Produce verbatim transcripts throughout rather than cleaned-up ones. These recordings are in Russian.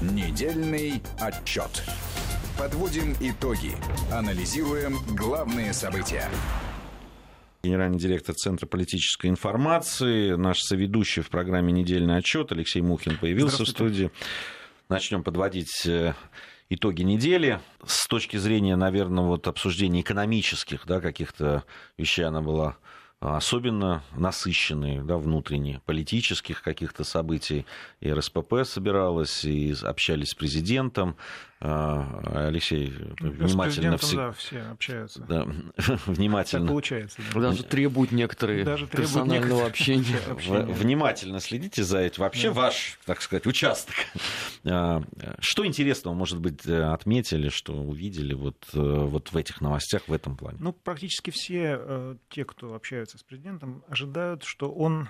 Недельный отчет. Подводим итоги. Анализируем главные события. Генеральный директор Центра политической информации, наш соведущий в программе «Недельный отчет» Алексей Мухин появился в студии. Начнем подводить итоги недели. С точки зрения, наверное, вот обсуждения экономических, да, каких-то вещей она была особенно насыщенные, да, внутренне, политических каких-то событий. И эр эс пэ пэ собиралась, и общались с президентом. Алексей внимательно... С президентом, да, все общаются. Да, внимательно. Так получается. Да. Даже требуют некоторые Даже персонального общения. общения. Внимательно следите за этим. Вообще да. Ваш, так сказать, участок. Что интересного, может быть, отметили, что увидели вот, вот в этих новостях в этом плане? Ну, практически все те, кто общаются с президентом, ожидают, что он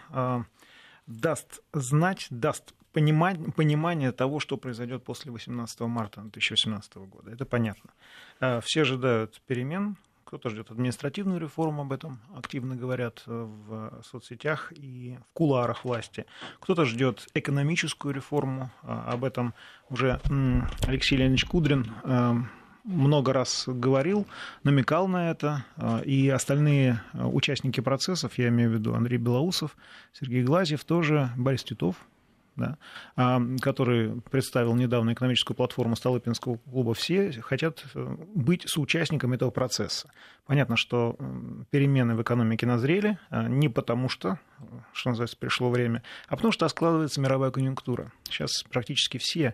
даст знать, даст понимание, понимание того, что произойдет после восемнадцатого марта две тысячи восемнадцатого года. Это понятно. Все ожидают перемен. Кто-то ждет административную реформу, об этом активно говорят в соцсетях и в кулуарах власти. Кто-то ждет экономическую реформу. Об этом уже Алексей Леонидович Кудрин много раз говорил, намекал на это, и остальные участники процессов, я имею в виду Андрей Белоусов, Сергей Глазьев, тоже Борис Титов, да, который представил недавно экономическую платформу Столыпинского клуба, все хотят быть соучастниками этого процесса. Понятно, что перемены в экономике назрели не потому, что, что называется, пришло время, а потому что складывается мировая конъюнктура. Сейчас практически все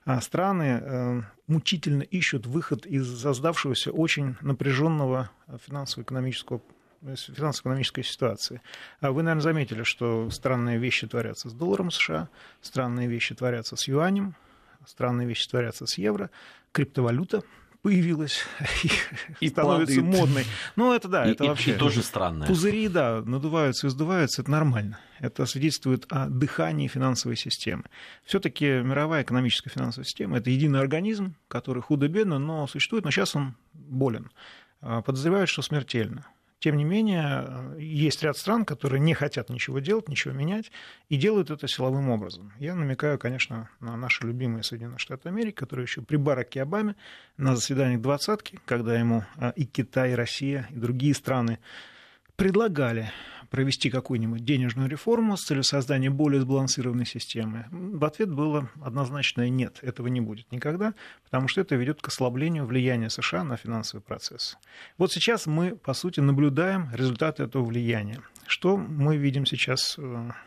страны мучительно ищут выход из создавшегося очень напряженного финансово-экономического финансово-экономической ситуации. Вы, наверное, заметили, что странные вещи творятся с долларом США, странные вещи творятся с юанем, странные вещи творятся с евро, криптовалюта появилась и, и становится падает. Модной. Ну, это да, и, это и, вообще... И тоже странное. Пузыри, да, надуваются и сдуваются, это нормально. Это свидетельствует о дыхании финансовой системы. Все-таки мировая экономическая финансовая система – это единый организм, который худо-бедно, но существует, но сейчас он болен. Подозревают, что смертельно. Тем не менее, есть ряд стран, которые не хотят ничего делать, ничего менять, и делают это силовым образом. Я намекаю, конечно, на наши любимые Соединенные Штаты Америки, которые еще при Бараке Обаме на заседаниях двадцатки, когда ему и Китай, и Россия, и другие страны предлагали провести какую-нибудь денежную реформу с целью создания более сбалансированной системы, в ответ было однозначное «нет», этого не будет никогда, потому что это ведет к ослаблению влияния США на финансовый процесс. Вот сейчас мы, по сути, наблюдаем результаты этого влияния. Что мы видим сейчас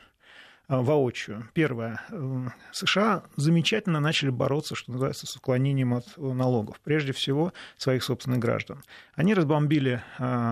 воочию? Первое. США замечательно начали бороться, что называется, с уклонением от налогов. Прежде всего, своих собственных граждан. Они разбомбили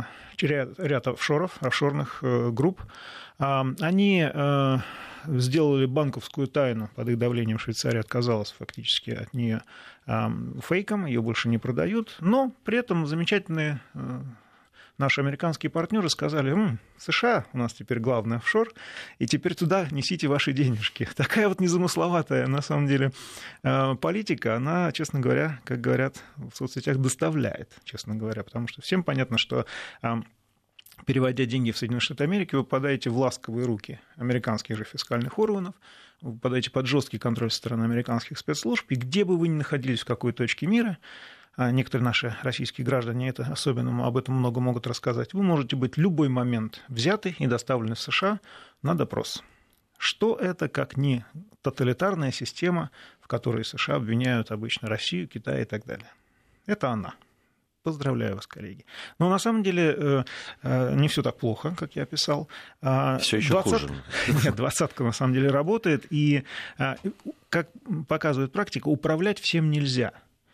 ряд офшоров, офшорных групп. Они сделали банковскую тайну, под их давлением Швейцария отказалась фактически от нее фейком, ее больше не продают. Но при этом замечательные... Наши американские партнеры сказали: М, США у нас теперь главный офшор, и теперь туда несите ваши денежки. Такая вот незамысловатая, на самом деле, политика, она, честно говоря, как говорят в соцсетях, доставляет, честно говоря, потому что всем понятно, что, переводя деньги в Соединенные Штаты Америки, вы попадаете в ласковые руки американских же фискальных органов, вы попадаете под жесткий контроль со стороны американских спецслужб, и где бы вы ни находились, в какой точке мира, некоторые наши российские граждане это особенно об этом много могут рассказать, вы можете быть в любой момент взяты и доставлены в США на допрос. Что это, как не тоталитарная система, в которой США обвиняют обычно Россию, Китай и так далее? Это она. Поздравляю вас, коллеги. Но на самом деле не все так плохо, как я описал. Все еще хуже. Нет, двадцатка на самом деле работает, и, как показывает практика, управлять всем нельзя.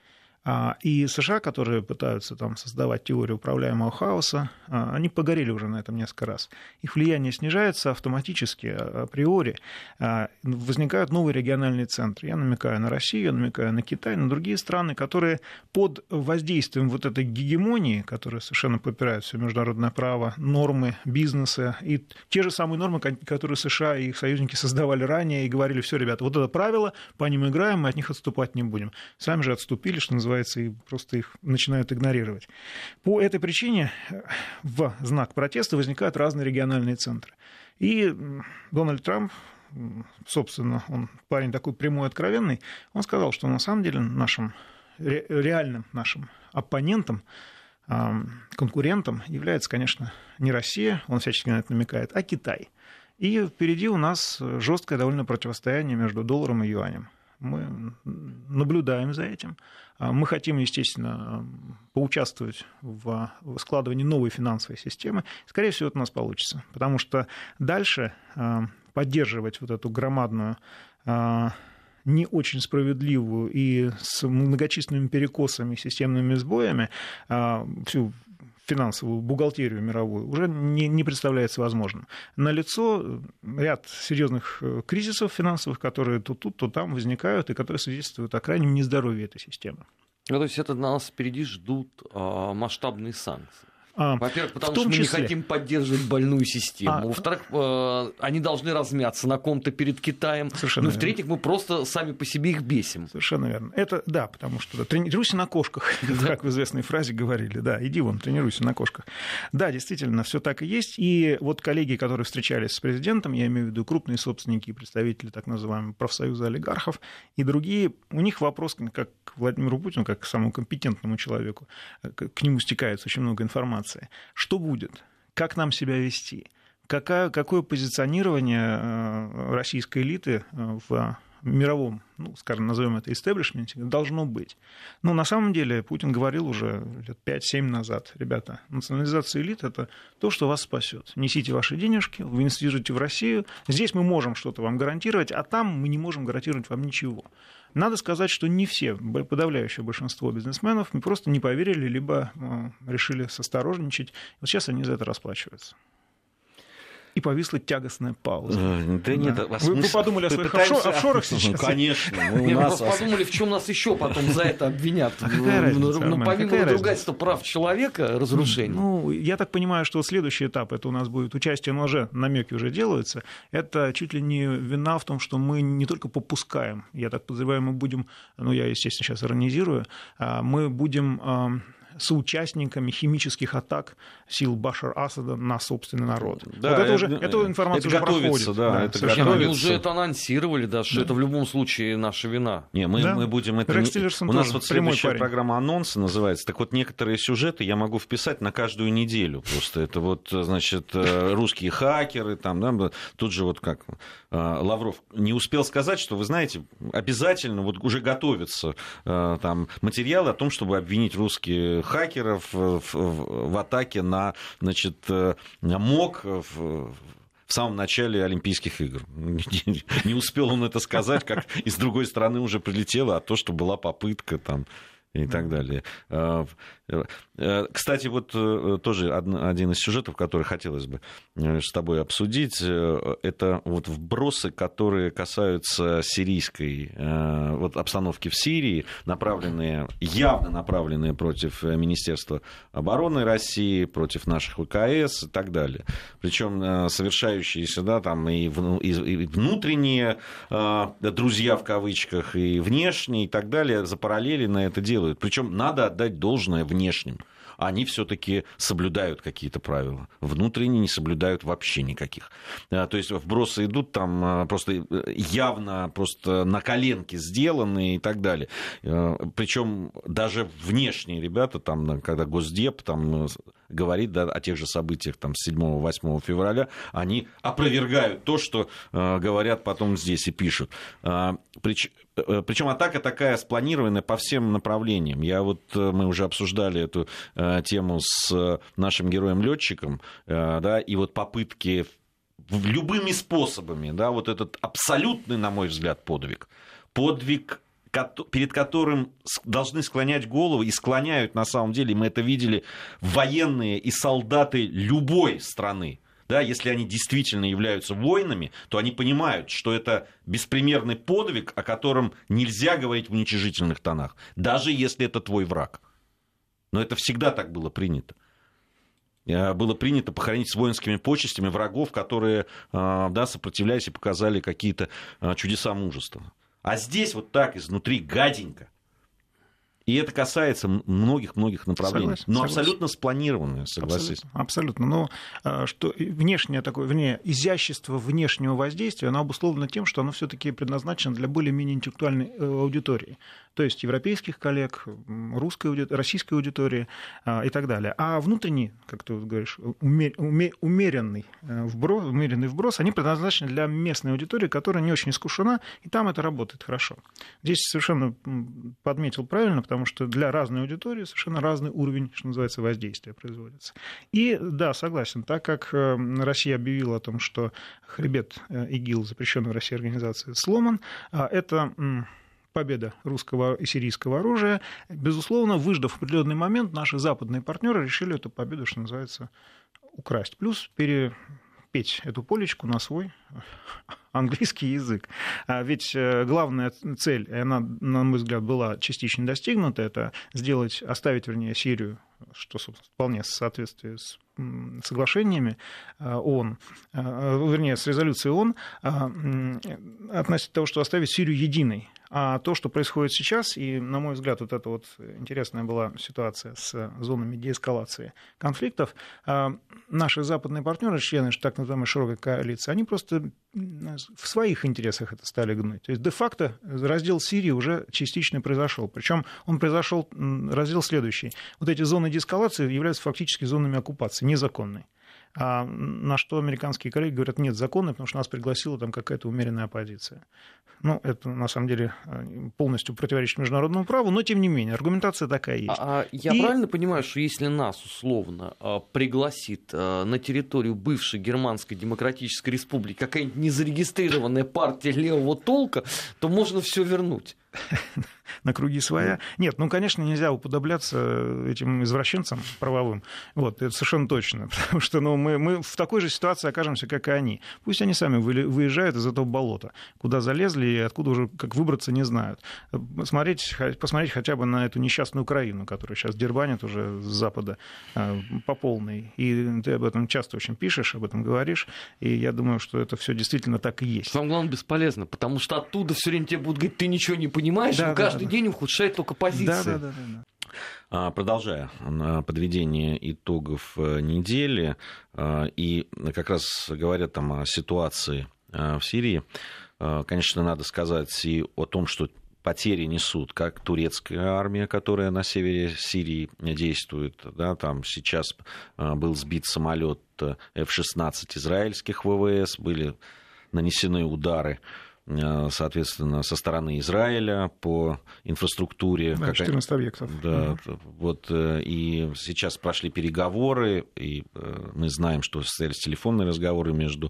И США, которые пытаются там создавать теорию управляемого хаоса, они погорели уже на этом несколько раз. Их влияние снижается автоматически, априори. Возникают новые региональные центры. Я намекаю на Россию, я намекаю на Китай, на другие страны, которые под воздействием вот этой гегемонии, которая совершенно попирает все международное право, нормы бизнеса, и те же самые нормы, которые США и их союзники создавали ранее, и говорили: все, ребята, вот это правило, по ним играем, мы от них отступать не будем. Сами же отступили, что называется, и просто их начинают игнорировать. По этой причине в знак протеста возникают разные региональные центры. И Дональд Трамп собственно, он парень такой прямой, откровенный, он сказал, что на самом деле нашим, реальным нашим оппонентом, конкурентом является, конечно, не Россия, он всячески на это намекает, а Китай. И впереди у нас жесткое довольно противостояние между долларом и юанем. Мы наблюдаем за этим. Мы хотим, естественно, поучаствовать в складывании новой финансовой системы. Скорее всего, это у нас получится, потому что дальше поддерживать вот эту громадную, не очень справедливую и с многочисленными перекосами, системными сбоями всю финансовую бухгалтерию мировую уже не, не представляется возможным. Налицо ряд серьезных кризисов финансовых, которые то тут, то там возникают, и которые свидетельствуют о крайнем нездоровье этой системы. Ну, то есть это нас впереди ждут а, масштабные санкции. А, Во-первых, потому что мы числе... не хотим поддерживать больную систему. А... Во-вторых, э, они должны размяться на ком-то перед Китаем. Совершенно ну, верно. В-третьих, мы просто сами по себе их бесим. Совершенно верно. Это да, потому что да, тренируйся на кошках, как в известной фразе говорили. Да, иди вон, тренируйся на кошках. Да, действительно, все так и есть. И вот коллеги, которые встречались с президентом, я имею в виду крупные собственники и представители так называемого профсоюза олигархов и другие, у них вопрос, как к Владимиру Путину, как к самому компетентному человеку, к нему стекается очень много информации. Что будет? Как нам себя вести? Какое, какое позиционирование российской элиты в мировом, ну, скажем, назовем это истеблишменте, должно быть? Но на самом деле Путин говорил уже лет пять-семь назад: ребята, национализация элит – это то, что вас спасет. Несите ваши денежки, вы инвестируйте в Россию. Здесь мы можем что-то вам гарантировать, а там мы не можем гарантировать вам ничего. Надо сказать, что не все, подавляющее большинство бизнесменов просто не поверили, либо решили состорожничать. Вот сейчас они за это расплачиваются. И повисла тягостная пауза. Да нет, да. Вы, вы подумали о своих пытаемся... офшорах сейчас? Ну, конечно. Мы нас... просто подумали, в чем нас еще потом за это обвинят. А какая разница, ну, ну, помимо надругательства прав человека, разрушений. Ну, я так понимаю, что следующий этап, это у нас будет участие, но уже намеки уже делаются, это чуть ли не вина в том, что мы не только попускаем, я так подозреваю, мы будем, ну, я, естественно, сейчас иронизирую, мы будем... соучастниками химических атак сил Башар Асада на собственный народ. Да, вот это, это, уже, эту информацию это уже проходит. Да, да, это совершенно. Они уже это анонсировали, да, что да. это в любом случае наша вина. Не, мы, да. мы будем это... Рекс Тиллерсон У нас вот следующая парень. программа «Анонсы» называется. Так вот, некоторые сюжеты я могу вписать на каждую неделю. Просто это вот, значит, русские хакеры, там, да, тут же вот как Лавров не успел сказать, что, вы знаете, обязательно вот уже готовятся там материалы о том, чтобы обвинить русских хакеров в, в, в атаке на, значит, МОК в, в самом начале Олимпийских игр. Не успел он это сказать, как и с другой стороны уже прилетело, а то, что была попытка там и так далее. Кстати, вот тоже один из сюжетов, который хотелось бы с тобой обсудить, это вот вбросы, которые касаются сирийской вот обстановки в Сирии, направленные, явно направленные против Министерства обороны России, против наших ВКС и так далее. Причем совершающиеся, да, там и внутренние друзья в кавычках, и внешние и так далее за параллели на это делают. Причем надо отдать должное внешним. Они все-таки соблюдают какие-то правила. Внутренние не соблюдают вообще никаких. То есть вбросы идут там просто явно просто на коленке сделаны и так далее. Причем даже внешние ребята, там, когда Госдеп там, говорит, да, о тех же событиях там, с седьмого-восьмого февраля, они опровергают то, что говорят потом здесь и пишут. Причем атака такая спланированная по всем направлениям. Я вот, мы уже обсуждали эту тему с нашим героем-летчиком, да, и вот попытки любыми способами, да, вот этот абсолютный, на мой взгляд, подвиг, подвиг, перед которым должны склонять голову, и склоняют на самом деле, мы это видели, военные и солдаты любой страны. Да, если они действительно являются воинами, то они понимают, что это беспримерный подвиг, о котором нельзя говорить в уничижительных тонах, даже если это твой враг. Но это всегда так было принято. Было принято похоронить с воинскими почестями врагов, которые, да, сопротивлялись и показали какие-то чудеса мужества. А здесь вот так изнутри гаденько. И это касается многих-многих направлений. Согласен, но согласен. абсолютно спланированное, согласись. Абсолютно. абсолютно. Но что внешнее такое, вернее, изящество внешнего воздействия, оно обусловлено тем, что оно все-таки предназначено для более-менее интеллектуальной аудитории. То есть европейских коллег, русской аудитории, российской аудитории и так далее. А внутренний, как ты говоришь, умеренный вброс, умеренный вброс, они предназначены для местной аудитории, которая не очень искушена, и там это работает хорошо. Здесь совершенно подметил правильно, потому что для разной аудитории совершенно разный уровень, что называется, воздействия производится. И да, согласен, так как Россия объявила о том, что хребет ИГИЛ, запрещенной в России организации, сломан, это победа русского и сирийского оружия. Безусловно, выждав определенный момент, наши западные партнеры решили эту победу, что называется, украсть. Плюс перепеть эту полечку на свой английский язык. А ведь главная цель, и она, на мой взгляд, была частично достигнута, это сделать, оставить, вернее, Сирию, что, собственно, вполне в соответствии с соглашениями ООН, вернее, с резолюцией ООН, относительно того, что оставить Сирию единой. А то, что происходит сейчас, и, на мой взгляд, вот эта вот интересная была ситуация с зонами деэскалации конфликтов, наши западные партнеры, члены так называемой широкой коалиции, они просто в своих интересах это стали гнуть. То есть де-факто раздел Сирии уже частично произошел. Причем он произошел, раздел следующий. Вот эти зоны деэскалации являются фактически зонами оккупации, незаконной. А на что американские коллеги говорят, нет, законно, потому что нас пригласила там какая-то умеренная оппозиция. Ну, это, на самом деле, полностью противоречит международному праву, но, тем не менее, аргументация такая есть. А, я И... правильно понимаю, что если нас, условно, пригласит на территорию бывшей Германской Демократической Республики какая-нибудь незарегистрированная партия левого толка, то можно все вернуть? На круги своя. Нет, ну, конечно, нельзя уподобляться этим извращенцам правовым. Вот, это совершенно точно. Потому что ну, мы, мы в такой же ситуации окажемся, как и они. Пусть они сами выезжают из этого болота, куда залезли и откуда уже как выбраться не знают. Посмотреть, посмотреть хотя бы на эту несчастную Украину, которая сейчас дербанит уже с Запада по полной. И ты об этом часто очень пишешь, об этом говоришь. И я думаю, что это все действительно так и есть. Самое главное, бесполезно, потому что оттуда все время тебе будут говорить, ты ничего не понимаешь, да, но да, каждый да. день ухудшает только позиция. Да, да, да, да. Продолжая подведение итогов недели, и как раз говоря там о ситуации в Сирии, конечно, надо сказать и о том, что потери несут как турецкая армия, которая на севере Сирии действует. Да, там сейчас был сбит самолет эф шестнадцать израильских ВВС, были нанесены удары, соответственно, со стороны Израиля по инфраструктуре. Да, четырнадцать объектов. Да, угу. Вот, и сейчас прошли переговоры, и мы знаем, что состоялись телефонные разговоры между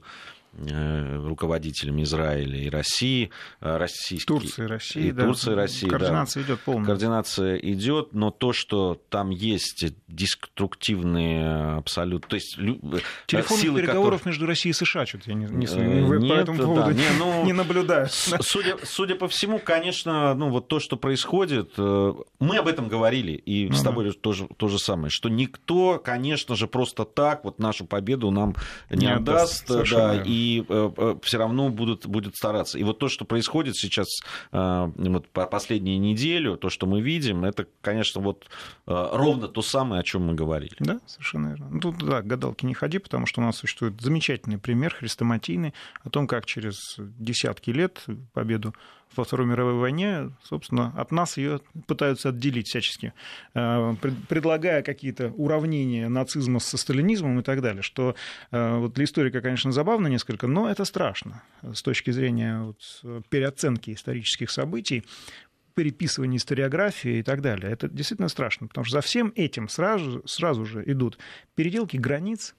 руководителями Израиля и России, российские, Турции, России, и да. Турции, России, координация да. идет полная. Координация идет, но то, что там есть деструктивные абсолютно, то есть телефонных силы, переговоров которые... между Россией и США что-то я не, не, Нет, по этому поводу да, не, ну, не наблюдаю. Судя, судя по всему, конечно, ну вот то, что происходит, мы об этом говорили, и ну, с тобой да. тоже то же самое, что никто, конечно же, просто так вот нашу победу нам не, не отдаст, да, и И все равно будут, будут стараться. И вот то, что происходит сейчас вот, по последнюю неделю, то, что мы видим, это, конечно, вот ровно то самое, о чем мы говорили. Да, совершенно верно. Ну, тут, да, гадалки не ходи, потому что у нас существует замечательный пример, хрестоматийный, о том, как через десятки лет победу во Второй мировой войне, собственно, от нас ее пытаются отделить всячески, предлагая какие-то уравнения нацизма со сталинизмом и так далее, что вот для историка, конечно, забавно несколько, но это страшно с точки зрения вот переоценки исторических событий, переписывания историографии и так далее. Это действительно страшно, потому что за всем этим сразу, сразу же идут переделки границ,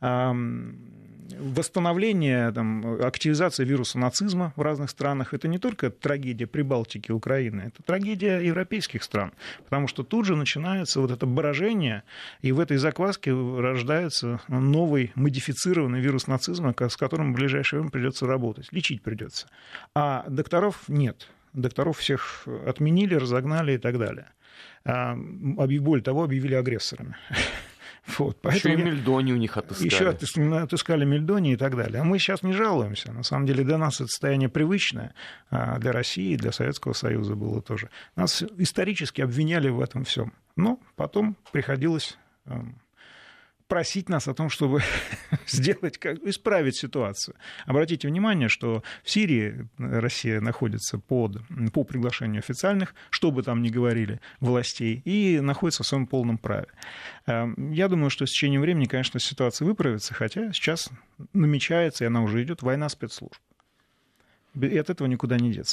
восстановление, там, активизация вируса нацизма в разных странах. Это не только трагедия Прибалтики, Украины, это трагедия европейских стран, потому что тут же начинается вот это брожение, и в этой закваске рождается новый модифицированный вирус нацизма, с которым в ближайшее время придется работать, лечить придется. А докторов нет. Докторов всех отменили, разогнали и так далее. Более того, объявили агрессорами. Вот, еще и мельдоний у них отыскали. Еще отыскали мельдоний и так далее. А мы сейчас не жалуемся. На самом деле для нас это состояние привычное, для России, для Советского Союза было тоже. Нас исторически обвиняли в этом всем. Но потом приходилось просить нас о том, чтобы сделать, как, исправить ситуацию. Обратите внимание, что в Сирии Россия находится под, по приглашению официальных, что бы там ни говорили, властей, и находится в своем полном праве. Я думаю, что с течением времени, конечно, ситуация выправится, хотя сейчас намечается, и она уже идет, война спецслужб. И от этого никуда не деться.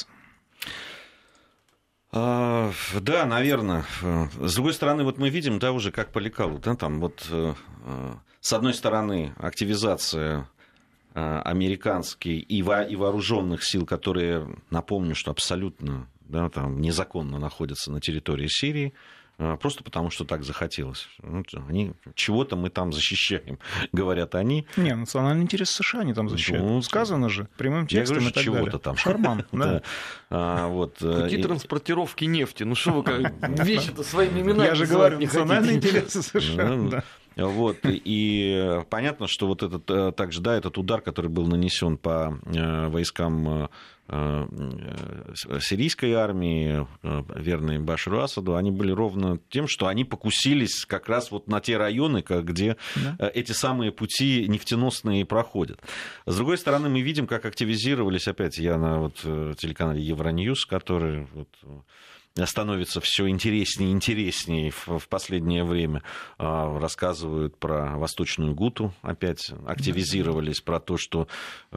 Да, наверное. С другой стороны, вот мы видим, да, уже как по лекалу, да, там вот с одной стороны активизация американских и вооруженных сил, которые, напомню, что абсолютно, да, там, незаконно находятся на территории Сирии, просто потому, что так захотелось. Они, чего-то мы там защищаем, говорят они. Не, национальный интерес США они там защищают. Ну, сказано же, прямым текстом я говорю, и так чего-то далее. Там. Шарман, да. А, вот, Какие и... транспортировки нефти? Ну что вы как вещи-то своими именами Я же говорю, национальный интерес США. Вот, и понятно, что вот этот также, да, этот удар, который был нанесен по войскам сирийской армии, верной Башару Асаду, они были ровно тем, что они покусились как раз вот на те районы, где да. эти самые пути нефтеносные проходят. С другой стороны, мы видим, как активизировались, опять я на вот телеканале Евроньюз, который вот становится все интереснее и интереснее в последнее время. Рассказывают про Восточную Гуту, опять активизировались, про то, что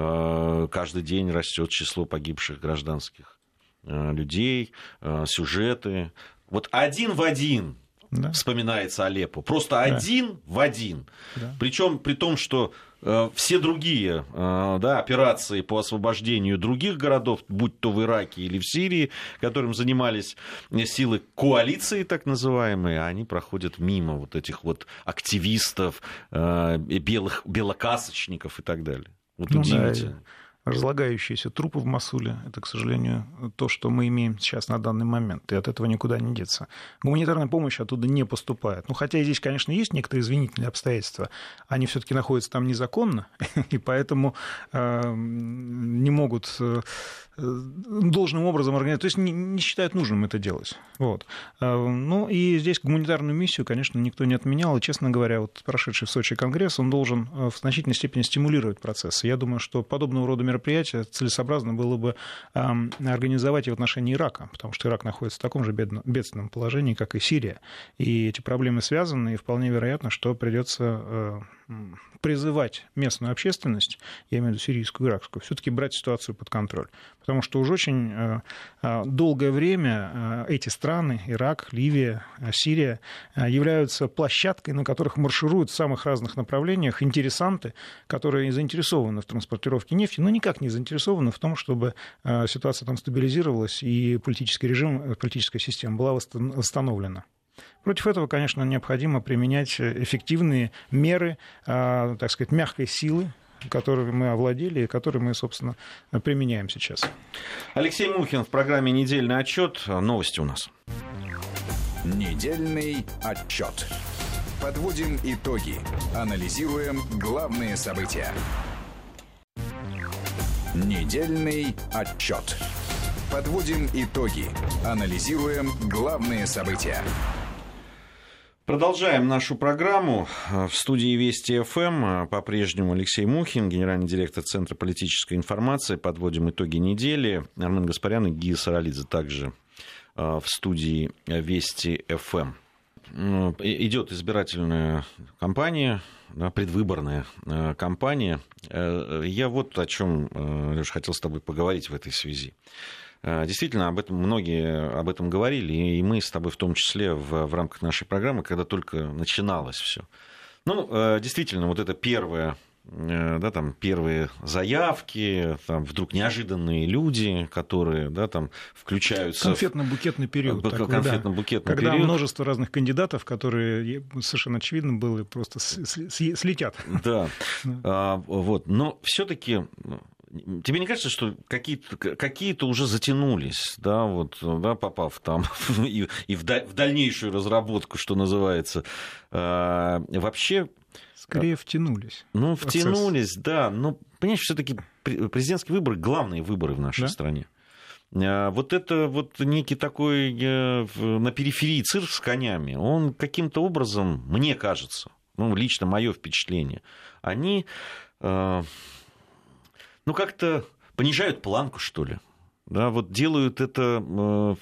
каждый день растет число погибших гражданских людей, сюжеты. Вот один в один да. вспоминается Алеппо. Просто да. один в один. Да. Причем при том, что все другие да, операции по освобождению других городов, будь то в Ираке или в Сирии, которым занимались силы коалиции, так называемые, они проходят мимо вот этих вот активистов, белых, белокасочников и так далее. Вот ну, удивительно. Да. Разлагающиеся трупы в Мосуле – это, к сожалению, то, что мы имеем сейчас на данный момент, и от этого никуда не деться. Гуманитарная помощь оттуда не поступает. Ну, хотя здесь, конечно, есть некоторые извинительные обстоятельства. Они все-таки находятся там незаконно, и поэтому э, не могут э, должным образом организовать, то есть не, не считают нужным это делать. Вот. Ну, и здесь гуманитарную миссию, конечно, никто не отменял, и, честно говоря, вот прошедший в Сочи конгресс, он должен в значительной степени стимулировать процессы. Я думаю, что подобного рода мероприятия целесообразно было бы организовать и в отношении Ирака, потому что Ирак находится в таком же бедственном положении, как и Сирия. И эти проблемы связаны, и вполне вероятно, что придется призывать местную общественность, я имею в виду сирийскую и иракскую, все-таки брать ситуацию под контроль. Потому что уже очень долгое время эти страны, Ирак, Ливия, Сирия, являются площадкой, на которых маршируют в самых разных направлениях интересанты, которые заинтересованы в транспортировке нефти, но никак не заинтересованы в том, чтобы ситуация там стабилизировалась и политический режим, политическая система была восстановлена. Против этого, конечно, необходимо применять эффективные меры, так сказать, мягкой силы, которыми мы овладели и которые мы, собственно, применяем сейчас. Алексей Мухин в программе «Недельный отчет». Новости у нас. Недельный отчет. Подводим итоги. Анализируем главные события. Недельный отчет. Подводим итоги. Анализируем главные события. Продолжаем нашу программу. В студии Вести ФМ по-прежнему Алексей Мухин, генеральный директор Центра политической информации. Подводим итоги недели. Армен Гаспарян и Гия Саралидзе также в студии Вести ФМ. Идет избирательная кампания, да, предвыборная кампания. Я вот о чем, Лёш, хотел с тобой поговорить в этой связи. Действительно, об этом многие об этом говорили, и мы с тобой в том числе в, в рамках нашей программы, когда только начиналось все. Ну, действительно, вот это первое, да, там, первые заявки, там, вдруг неожиданные люди, которые, да, там, включаются... Конфетно-букетный период. В... Такой, Конфетно-букетный да. Когда период. множество разных кандидатов, которые, совершенно очевидно было, просто слетят. Да, вот. Но все-таки... Тебе не кажется, что какие-то, какие-то уже затянулись, да, вот, да, попав там и, и в, да, в дальнейшую разработку, что называется, а, вообще... Скорее втянулись. Ну, процесс. втянулись, да, но, понимаешь, все-таки президентские выборы — главные выборы в нашей да? стране. Вот это вот некий такой на периферии цирк с конями, он каким-то образом, мне кажется, ну, лично мое впечатление, они, ну, как-то понижают планку, что ли, да, вот делают это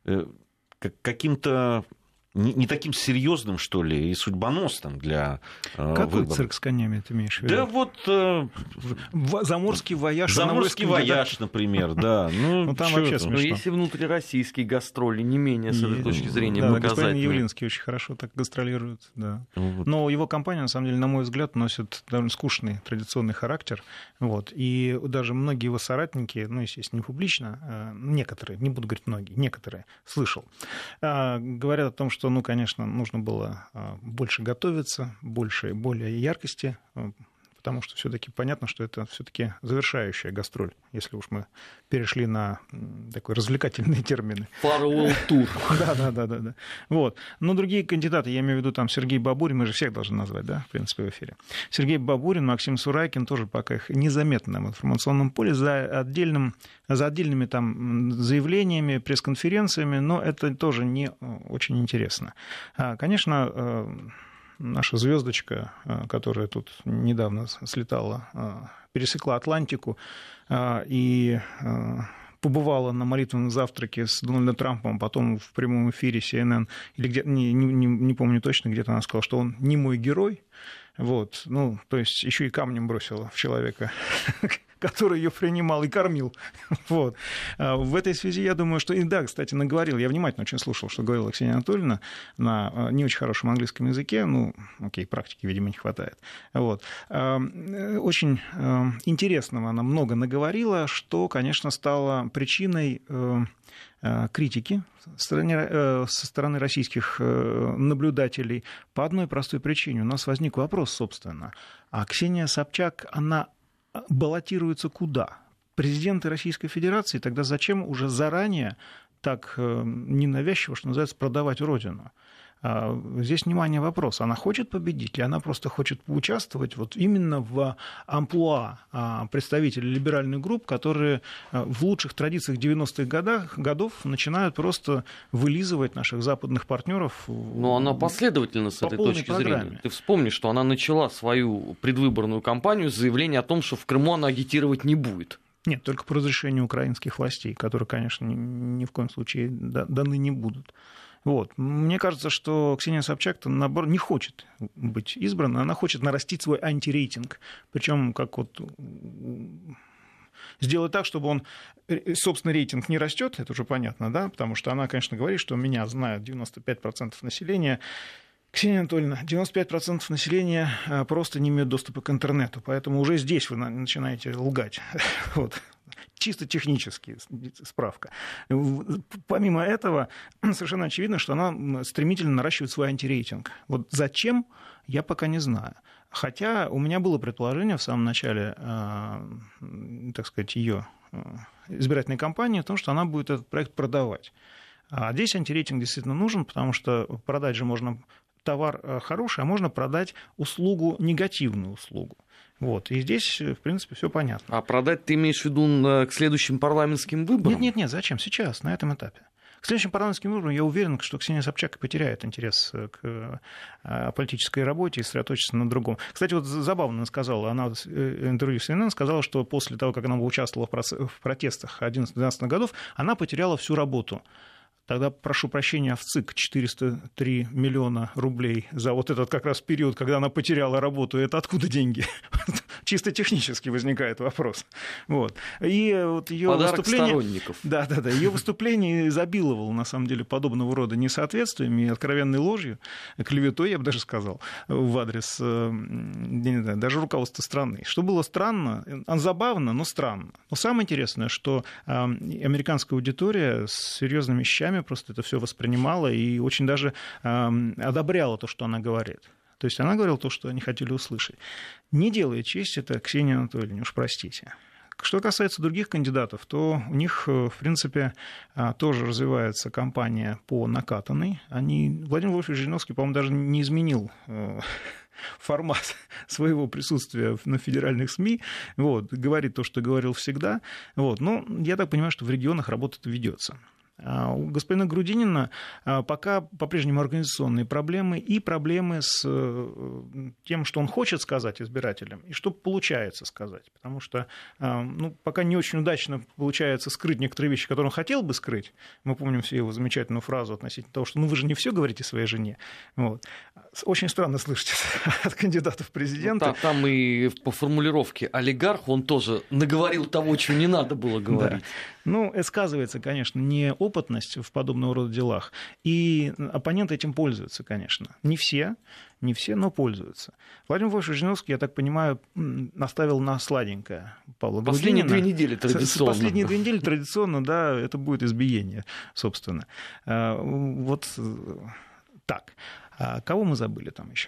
каким-то не таким серьезным, что ли, и судьбоносным для Какой выборов. Цирк с конями ты имеешь в виду? Да вот... Э, Заморский вояж. Заморский вояж, например, да. Ну, ну там вообще смешно. Но есть и внутрироссийские гастроли, не менее, с этой точки зрения, да, показательные. Господин Явлинский очень хорошо так гастролирует, да. Вот. Но его компания, на самом деле, на мой взгляд, носит довольно скучный традиционный характер. Вот. И даже многие его соратники, ну, естественно, не публично, некоторые, не буду говорить многие, некоторые, слышал, говорят о том, что ну, конечно, нужно было больше готовиться, больше, более яркости, потому что все-таки понятно, что это все-таки завершающая гастроль, если уж мы перешли на такой развлекательные термины. Farewell тур. Да, да, да, да, да. Вот. Но другие кандидаты, я имею в виду там Сергей Бабурин, мы же всех должны назвать, да, в принципе, в эфире. Сергей Бабурин, Максим Сурайкин тоже пока их незаметно в информационном поле за отдельным, за отдельными там заявлениями, пресс-конференциями, но это тоже не очень интересно. Конечно, наша звездочка, которая тут недавно слетала, пересекла Атлантику и побывала на молитвенном завтраке с Дональдом Трампом, потом в прямом эфире си эн эн, или где, не, не, не помню точно, где-то она сказала, что он не мой герой. Вот. Ну, то есть еще и камнем бросила в человека, который ее принимал и кормил. Вот. В этой связи я думаю, что... И да, кстати, наговорил, я внимательно очень слушал, что говорила Ксения Анатольевна на не очень хорошем английском языке, ну, окей, практики, видимо, не хватает. Вот. Очень интересного она много наговорила, что, конечно, стало причиной критики со стороны российских наблюдателей по одной простой причине. У нас возник вопрос, собственно, а Ксения Собчак, она баллотируется куда? Президенты Российской Федерации, тогда зачем уже заранее так ненавязчиво, что называется, продавать Родину? Здесь, внимание, вопрос. Она хочет победить, или она просто хочет поучаствовать вот именно в амплуа представителей либеральных групп, которые в лучших традициях девяностых годах, годов начинают просто вылизывать наших западных партнеров? Но она последовательна с этой точки программе. Зрения. Ты вспомни, что она начала свою предвыборную кампанию с заявления о том, что в Крыму она агитировать не будет. Нет, только по разрешению украинских властей, которые, конечно, ни, ни в коем случае даны не будут. Вот. Мне кажется, что Ксения Собчак-то, наоборот, не хочет быть избрана, она хочет нарастить свой антирейтинг. Причем как вот сделать так, чтобы он, собственно, рейтинг не растет, это уже понятно, да, потому что она, конечно, говорит, что меня знают девяносто пять процентов населения. Ксения Анатольевна, девяносто пять процентов населения просто не имеют доступа к интернету, поэтому уже здесь вы начинаете лгать. Вот. Чисто технически справка. Помимо этого, совершенно очевидно, что она стремительно наращивает свой антирейтинг. Вот зачем, я пока не знаю. Хотя у меня было предположение в самом начале, так сказать, ее избирательной кампании о том, что она будет этот проект продавать. А здесь антирейтинг действительно нужен, потому что продать же можно товар хороший, а можно продать услугу, негативную услугу. Вот. И здесь, в принципе, все понятно. А продать ты имеешь в виду к следующим парламентским выборам? Нет, нет, нет, зачем? Сейчас, на этом этапе. К следующим парламентским выборам я уверен, что Ксения Собчак потеряет интерес к политической работе и сосредоточится на другом. Кстати, вот забавно она сказала, она в интервью с си эн эн сказала, что после того, как она участвовала в протестах одиннадцатых-двенадцатых годов, она потеряла всю работу. Тогда прошу прощения, в ЦИК четыреста три миллиона рублей за вот этот как раз период, когда она потеряла работу. Это откуда деньги? Чисто технически возникает вопрос. Вот. И вот ее подарок выступление... сторонников. Да, да, да. Ее выступление изобиловало, на самом деле, подобного рода несоответствиями и откровенной ложью, клеветой, я бы даже сказал, в адрес, не знаю, даже руководства страны. Что было странно, забавно, но странно. Но самое интересное, что американская аудитория с серьезными вещами просто это все воспринимала и очень даже одобряла то, что она говорит. То есть она говорила то, что они хотели услышать. Не делая честь это Ксении Анатольевне, уж простите. Что касается других кандидатов, то у них, в принципе, тоже развивается кампания по накатанной. Они... Владимир Вольфович Жириновский, по-моему, даже не изменил формат своего присутствия на федеральных СМИ, вот, говорит то, что говорил всегда. Вот. Но я так понимаю, что в регионах работа-то ведется. У господина Грудинина пока по-прежнему организационные проблемы и проблемы с тем, что он хочет сказать избирателям, и что получается сказать. Потому что ну, пока не очень удачно получается скрыть некоторые вещи, которые он хотел бы скрыть. Мы помним все его замечательную фразу относительно того, что ну, вы же не все говорите своей жене. Вот. Очень странно слышать от кандидатов в президенты. Ну, там и по формулировке олигарх он тоже наговорил того, чего не надо было говорить. Да. Ну, это сказывается, конечно, неопытность в подобного рода делах. И оппоненты этим пользуются, конечно. Не все, не все, но пользуются. Владимир Вольфович Жириновский, я так понимаю, наставил на сладенькое Павла Грудинина. Последние две недели традиционно. Последние две недели традиционно, да, это будет избиение, собственно. Вот так. А кого мы забыли там еще?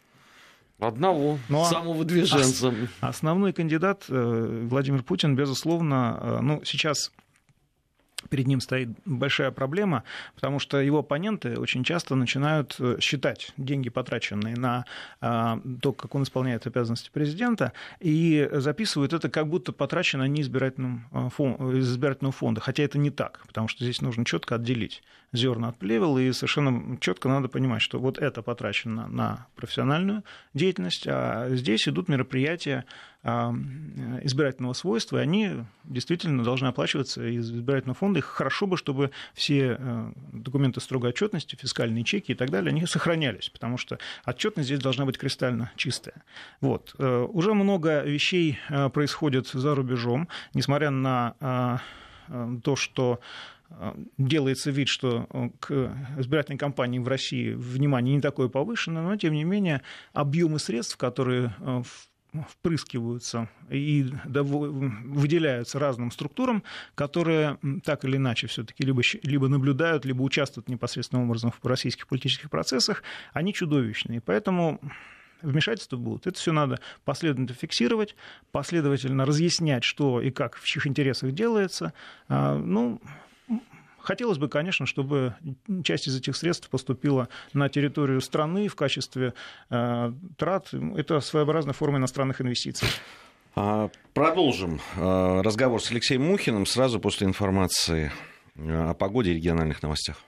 Одного, ну, самого выдвиженца. Основной кандидат Владимир Путин, безусловно, ну, сейчас перед ним стоит большая проблема, потому что его оппоненты очень часто начинают считать деньги, потраченные на то, как он исполняет обязанности президента, и записывают это, как будто потрачено не избирательным фон, из избирательного фонда. Хотя это не так, потому что здесь нужно четко отделить зерна от плевел, и совершенно четко надо понимать, что вот это потрачено на профессиональную деятельность, а здесь идут мероприятия избирательного свойства, и они действительно должны оплачиваться из избирательного фонда. И хорошо бы, чтобы все документы строгой отчетности, фискальные чеки и так далее, они сохранялись, потому что отчетность здесь должна быть кристально чистая. Вот. Уже много вещей происходит за рубежом, несмотря на то, что делается вид, что к избирательной кампании в России внимание не такое повышенное, но, тем не менее, объемы средств, которые впрыскиваются и выделяются разным структурам, которые так или иначе все-таки либо, либо наблюдают, либо участвуют непосредственным образом в российских политических процессах, они чудовищные. Поэтому вмешательства будут. Это все надо последовательно фиксировать, последовательно разъяснять, что и как в чьих интересах делается. Ну, хотелось бы, конечно, чтобы часть из этих средств поступила на территорию страны в качестве э, трат. Это своеобразная форма иностранных инвестиций. Продолжим разговор с Алексеем Мухиным сразу после информации о погоде и региональных новостях.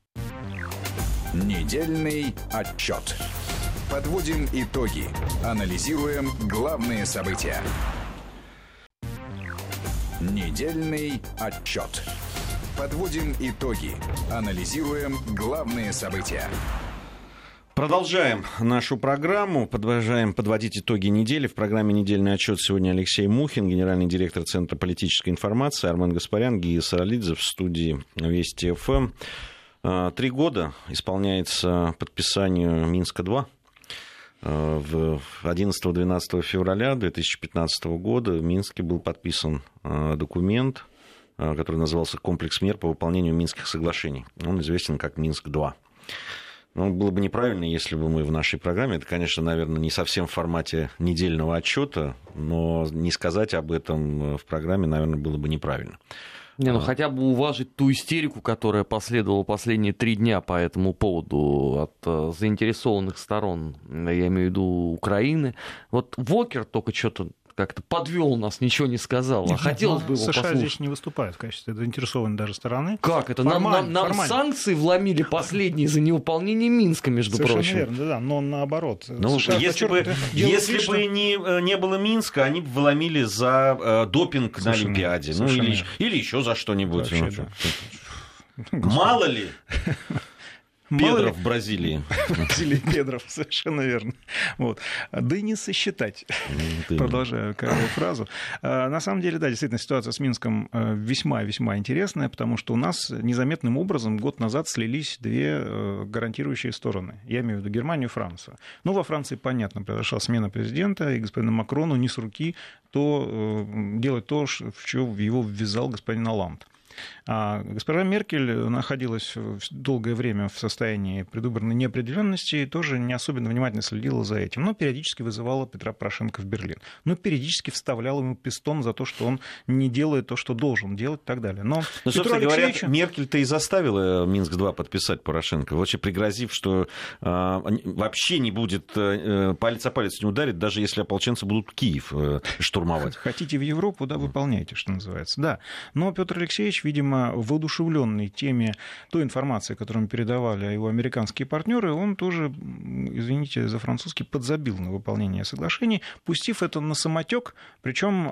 Недельный отчет. Подводим итоги. Анализируем главные события. Недельный отчет. Подводим итоги. Анализируем главные события. Продолжаем нашу программу, продолжаем подводить итоги недели. В программе «Недельный отчет» сегодня Алексей Мухин, генеральный директор Центра политической информации, Армен Гаспарян, Гия Саралидзе в студии Вести ФМ. Три года исполняется подписанию Минска-два. В одиннадцатого-двенадцатого февраля две тысячи пятнадцатого года в Минске был подписан документ, который назывался «Комплекс мер по выполнению Минских соглашений». Он известен как Минск-два. Ну, было бы неправильно, если бы мы в нашей программе, это, конечно, наверное, не совсем в формате недельного отчета, но не сказать об этом в программе, наверное, было бы неправильно. Не, ну хотя бы уважить ту истерику, которая последовала последние три дня по этому поводу от заинтересованных сторон, я имею в виду Украины. Вот Вокер только что-то как-то подвел нас, ничего не сказал. А хотелось бы его США послушать. Здесь не выступают в качестве заинтересованной даже стороны. Как это? Нам, нам, нам санкции вломили последние за невыполнение Минска, между Совершенно прочим. верно, да, но наоборот. Ну, если бы, если вид, бы что... не, не было Минска, они бы вломили за э, допинг совершенно, на Олимпиаде. Ну, или, или еще за что-нибудь. Вообще, ну, да. Мало ли... Педров в Бразилии. Бразилии Педров, совершенно верно. Вот. Да и не сосчитать. Ты... Продолжаю фразу. На самом деле, да, действительно, ситуация с Минском весьма-весьма интересная, потому что у нас незаметным образом год назад слились две гарантирующие стороны. Я имею в виду Германию и Францию. Ну, во Франции, понятно, произошла смена президента, и господину Макрону не с руки то делать то, в что его ввязал господин Олланд. А госпожа Меркель находилась долгое время в состоянии предвыборной неопределенности и тоже не особенно внимательно следила за этим, но периодически вызывала Петра Порошенко в Берлин. Но периодически вставляла ему пистон за то, что он не делает то, что должен делать и так далее. Но, Но собственно Алексеевичу... говоря, Меркель-то и заставила Минск-два подписать Порошенко, вообще пригрозив, что э, вообще не будет, э, палец о палец не ударит, даже если ополченцы будут Киев э, штурмовать. Хотите в Европу, да, выполняйте, что называется. Да. Но Петр Алексеевич, видимо, воодушевленный теме той информации, которую передавали его американские партнеры, он тоже, извините за французский, подзабил на выполнение соглашений, пустив это на самотек, причем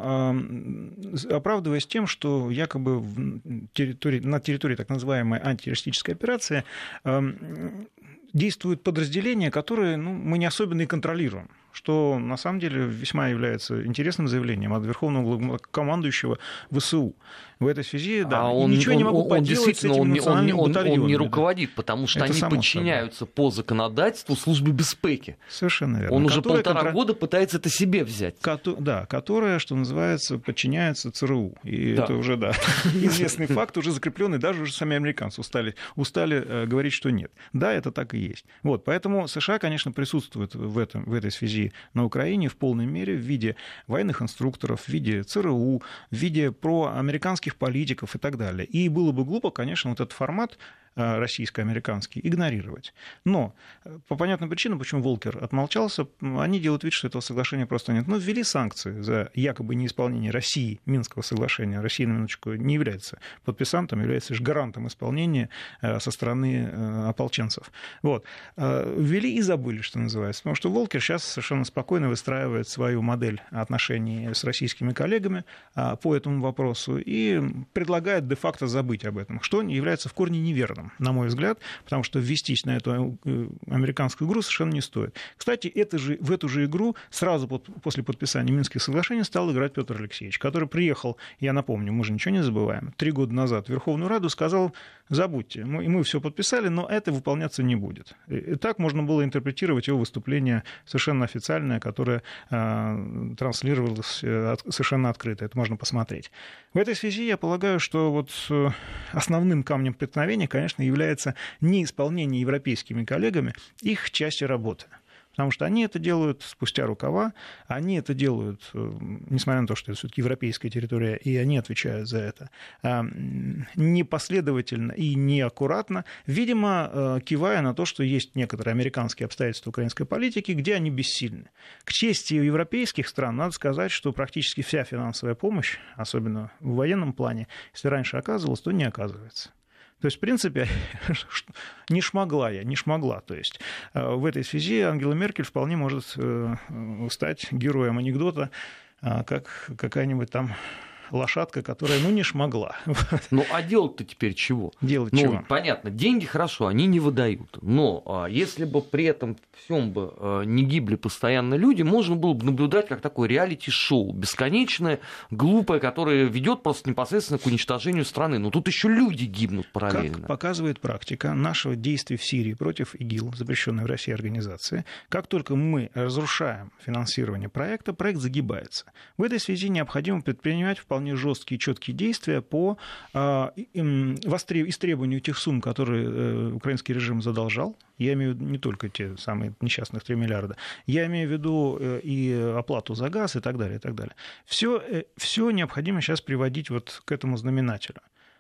э, оправдываясь тем, что якобы в территории, на территории так называемой антитеррористической операции э, действуют подразделения, которые ну, мы не особенно и контролируем, что на самом деле весьма является интересным заявлением от верховного командующего ВСУ. В этой связи, да, а он, ничего он, не могу он, поделать действительно, с этим национальным он, батальоном. Он не руководит, потому что это они подчиняются собой. По законодательству службе безпеки. Совершенно верно. Он уже которая полтора контр... года пытается это себе взять. Кото... Да, которая, что называется, подчиняется ЦРУ. И да. это уже, да, известный факт, уже закрепленный, даже уже сами американцы устали, устали э, говорить, что нет. Да, это так и есть. Вот, поэтому США, конечно, присутствуют в, этом, в этой связи на Украине в полной мере в виде военных инструкторов, в виде ЦРУ, в виде проамериканских политиков и так далее. И было бы глупо, конечно, вот этот формат российско-американский игнорировать. Но по понятным причинам, почему Волкер отмолчался, они делают вид, что этого соглашения просто нет. Но ввели санкции за якобы неисполнение России Минского соглашения. Россия, на минуточку, не является подписантом, является лишь гарантом исполнения со стороны ополченцев. Вот. Ввели и забыли, что называется. Потому что Волкер сейчас совершенно спокойно выстраивает свою модель отношений с российскими коллегами по этому вопросу и предлагает де-факто забыть об этом, что является в корне неверным, на мой взгляд, потому что ввестись на эту американскую игру совершенно не стоит. Кстати, это же, в эту же игру сразу после подписания Минских соглашений стал играть Петр Алексеевич, который приехал, я напомню, мы же ничего не забываем, три года назад в Верховную Раду сказал: забудьте, мы, мы все подписали, но это выполняться не будет. И так можно было интерпретировать его выступление совершенно официальное, которое э, транслировалось э, совершенно открыто, это можно посмотреть. В этой связи я полагаю, что вот э, основным камнем преткновения, конечно, является неисполнение европейскими коллегами их части работы. Потому что они это делают спустя рукава, они это делают, несмотря на то, что это все-таки европейская территория, и они отвечают за это, непоследовательно и неаккуратно, видимо, кивая на то, что есть некоторые американские обстоятельства украинской политики, где они бессильны. К чести европейских стран надо сказать, что практически вся финансовая помощь, особенно в военном плане, если раньше оказывалась, то не оказывается. То есть, в принципе, не шмогла я, не шмогла. То есть, в этой связи Ангела Меркель вполне может стать героем анекдота, как какая-нибудь там лошадка, которая, ну, не шмогла. Ну, а делать-то теперь чего? Делать ну, чего? Понятно, деньги хорошо, они не выдают. Но а, если бы при этом всем бы а, не гибли постоянно люди, можно было бы наблюдать как такое реалити-шоу, бесконечное, глупое, которое ведет просто непосредственно к уничтожению страны. Но тут еще люди гибнут параллельно. Как показывает практика нашего действия в Сирии против ИГИЛ, запрещенной в России организации, как только мы разрушаем финансирование проекта, проект загибается. В этой связи необходимо предпринимать вполне вполне жесткие и четкие действия по э, истребованию тех сумм, которые э, украинский режим задолжал. Я имею в виду не только те самые несчастных три миллиарда. Я имею в виду э, и оплату за газ и так далее. И так далее. Все, э, все необходимо сейчас приводить вот к этому знаменателю.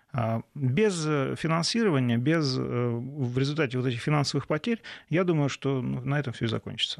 Без финансирования, без, в результате вот этих финансовых потерь, я думаю, что на этом все и закончится.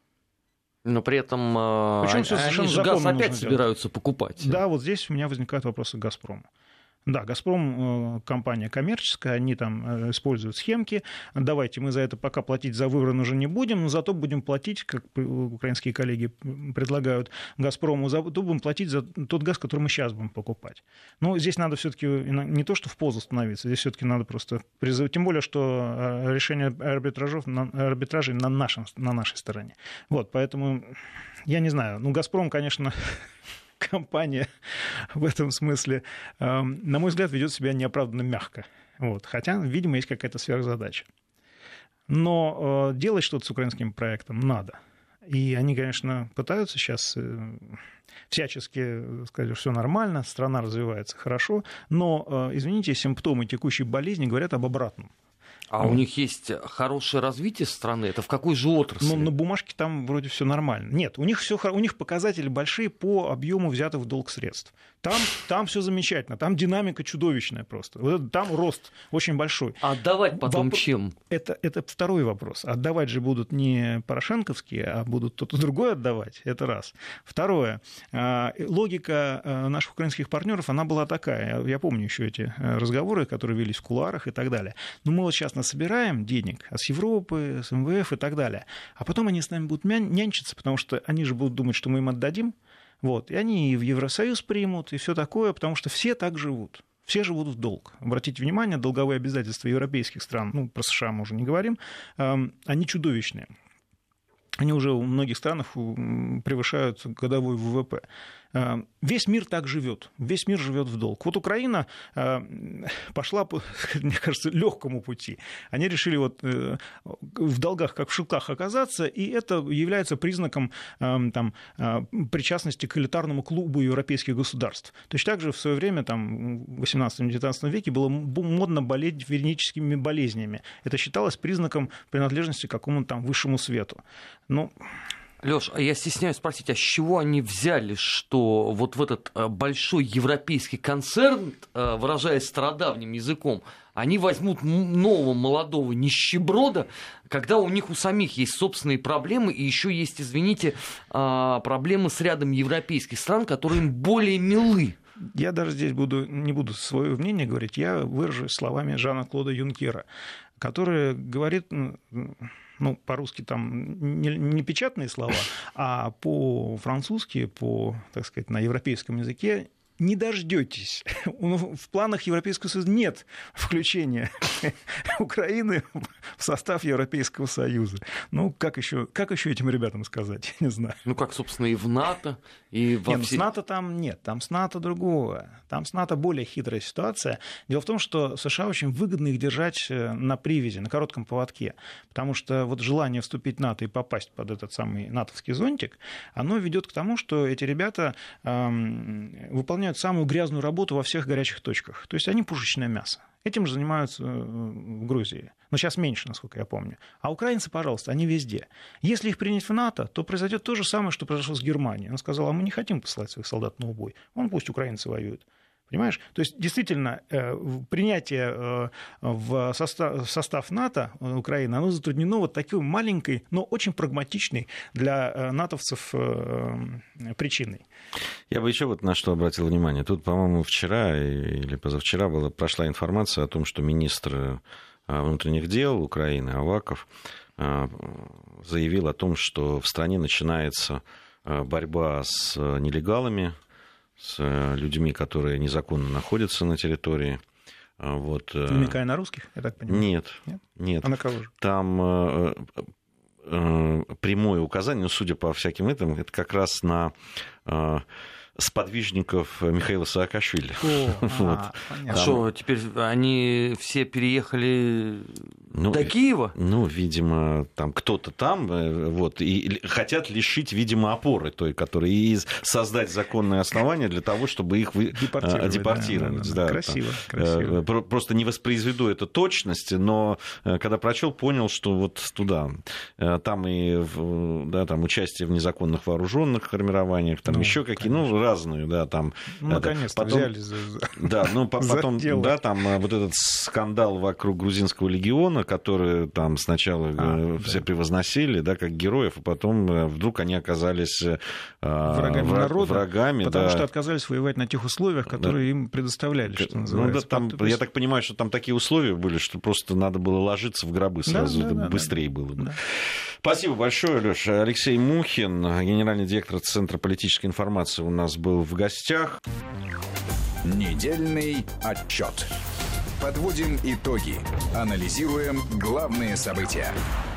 Но при этом Причем они же газ опять собираются покупать. Да, вот здесь у меня возникают вопросы к «Газпрому». Да, «Газпром» компания коммерческая, они там используют схемки. Давайте мы за это пока платить за вывран уже не будем, но зато будем платить, как украинские коллеги предлагают «Газпрому», зато будем платить за тот газ, который мы сейчас будем покупать. Но здесь надо все-таки не то, что в позу становиться, здесь все-таки надо просто призывать. Тем более, что решение арбитражов, арбитражей на, нашем, на нашей стороне. Вот, поэтому я не знаю. Ну, «Газпром», конечно... компания в этом смысле, на мой взгляд, ведет себя неоправданно мягко. Вот. Хотя, видимо, есть какая-то сверхзадача. Но делать что-то с украинским проектом надо. И они, конечно, пытаются сейчас всячески сказали, что все нормально, страна развивается хорошо, но, извините, симптомы текущей болезни говорят об обратном. А вот. У них есть хорошее развитие страны? Это в какой же отрасли? Ну, на бумажке там вроде все нормально. Нет, у них, всё, у них показатели большие по объему взятых в долг средств. Там, там все замечательно, там динамика чудовищная просто. Вот там рост очень большой. А отдавать потом Вопрос... чем? Это, это второй вопрос. Отдавать же будут не порошенковские, а будут кто-то другой отдавать. Это раз. Второе. Логика наших украинских партнеров, она была такая. Я помню еще эти разговоры, которые велись в кулуарах и так далее. Но мы вот сейчас насобираем денег с Европы, с эм вэ эф и так далее. А потом они с нами будут нянчиться, потому что они же будут думать, что мы им отдадим. Вот. И они и в Евросоюз примут, и все такое, потому что все так живут. Все живут в долг. Обратите внимание, долговые обязательства европейских стран, ну, про США мы уже не говорим, они чудовищные. Они уже в многих странах превышают годовой вэ вэ пэ. Весь мир так живет, весь мир живет в долг. Вот Украина пошла, по, мне кажется, легкому пути. Они решили вот в долгах, как в шелках оказаться, и это является признаком там, причастности к элитарному клубу европейских государств. Точно так же в свое время, там, в восемнадцатом-девятнадцатом веке, было модно болеть венерическими болезнями. Это считалось признаком принадлежности к какому-то там высшему свету. Ну... Лёш, а я стесняюсь спросить, а с чего они взяли, что вот в этот большой европейский концерн, выражаясь стародавним языком, они возьмут нового молодого нищеброда, когда у них у самих есть собственные проблемы, и еще есть, извините, проблемы с рядом европейских стран, которые им более милы? Я даже здесь буду, не буду свое мнение говорить, я выражусь словами Жана-Клода Юнкера, который говорит... ну, по-русски там не, не печатные слова, а по-французски, по, так сказать, на европейском языке не дождетесь. В планах Европейского Союза нет включения Украины в состав Европейского Союза. Ну, как еще, как еще этим ребятам сказать? Я не знаю. Ну, как, собственно, и в НАТО, и во нет, все... с НАТО там нет, там с НАТО другое. Там с НАТО более хитрая ситуация. Дело в том, что США очень выгодно их держать на привязи, на коротком поводке, потому что вот желание вступить в НАТО и попасть под этот самый натовский зонтик, оно ведет к тому, что эти ребята эм, выполняют самую грязную работу во всех горячих точках. То есть они пушечное мясо. Этим же занимаются в Грузии. Но сейчас меньше, насколько я помню. А украинцы, пожалуйста, они везде. Если их принять в НАТО, то произойдет то же самое, что произошло с Германией. Она сказала, а мы не хотим посылать своих солдат на убой. Вон пусть украинцы воюют. Понимаешь? То есть, действительно, принятие в состав, в состав НАТО Украины, оно затруднено вот такой маленькой, но очень прагматичной для натовцев причиной. Я бы еще вот на что обратил внимание. Тут, по-моему, вчера или позавчера была, прошла информация о том, что министр внутренних дел Украины Аваков заявил о том, что в стране начинается борьба с нелегалами, с людьми, которые незаконно находятся на территории. Вот. Намекая на русских, я так понимаю? Нет, нет. нет. А на кого же? Там э, э, прямое указание, ну, судя по всяким этим, это как раз на э, сподвижников Михаила Саакашвили. О, вот. А что, теперь они все переехали ну, до Киева? Ну, видимо, там кто-то там, вот, и хотят лишить, видимо, опоры той, которая и создать законное основание для того, чтобы их вы... депортировать. депортировать да, да, да, да. Красиво, там. красиво. Просто не воспроизведу эту точность, но когда прочел, понял, что вот туда. Там и да, там участие в незаконных вооруженных формированиях, там ну, еще какие, ну, разную, да, там... Ну, наконец-то потом, взяли за, да, ну, потом, за да, там вот этот скандал вокруг грузинского легиона, который там сначала а, все да. превозносили, да, как героев, а потом вдруг они оказались врагами враг, народа, врагами, потому да. что отказались воевать на тех условиях, которые да. им предоставляли, что называется. Ну, да, там, Потом, я так понимаю, что там такие условия были, что просто надо было ложиться в грабы сразу, да, да, да, быстрее да, было бы. Да. Спасибо большое, Лёша. Алексей Мухин, генеральный директор Центра политической информации, у нас был в гостях. Недельный отчет. Подводим итоги. Анализируем главные события.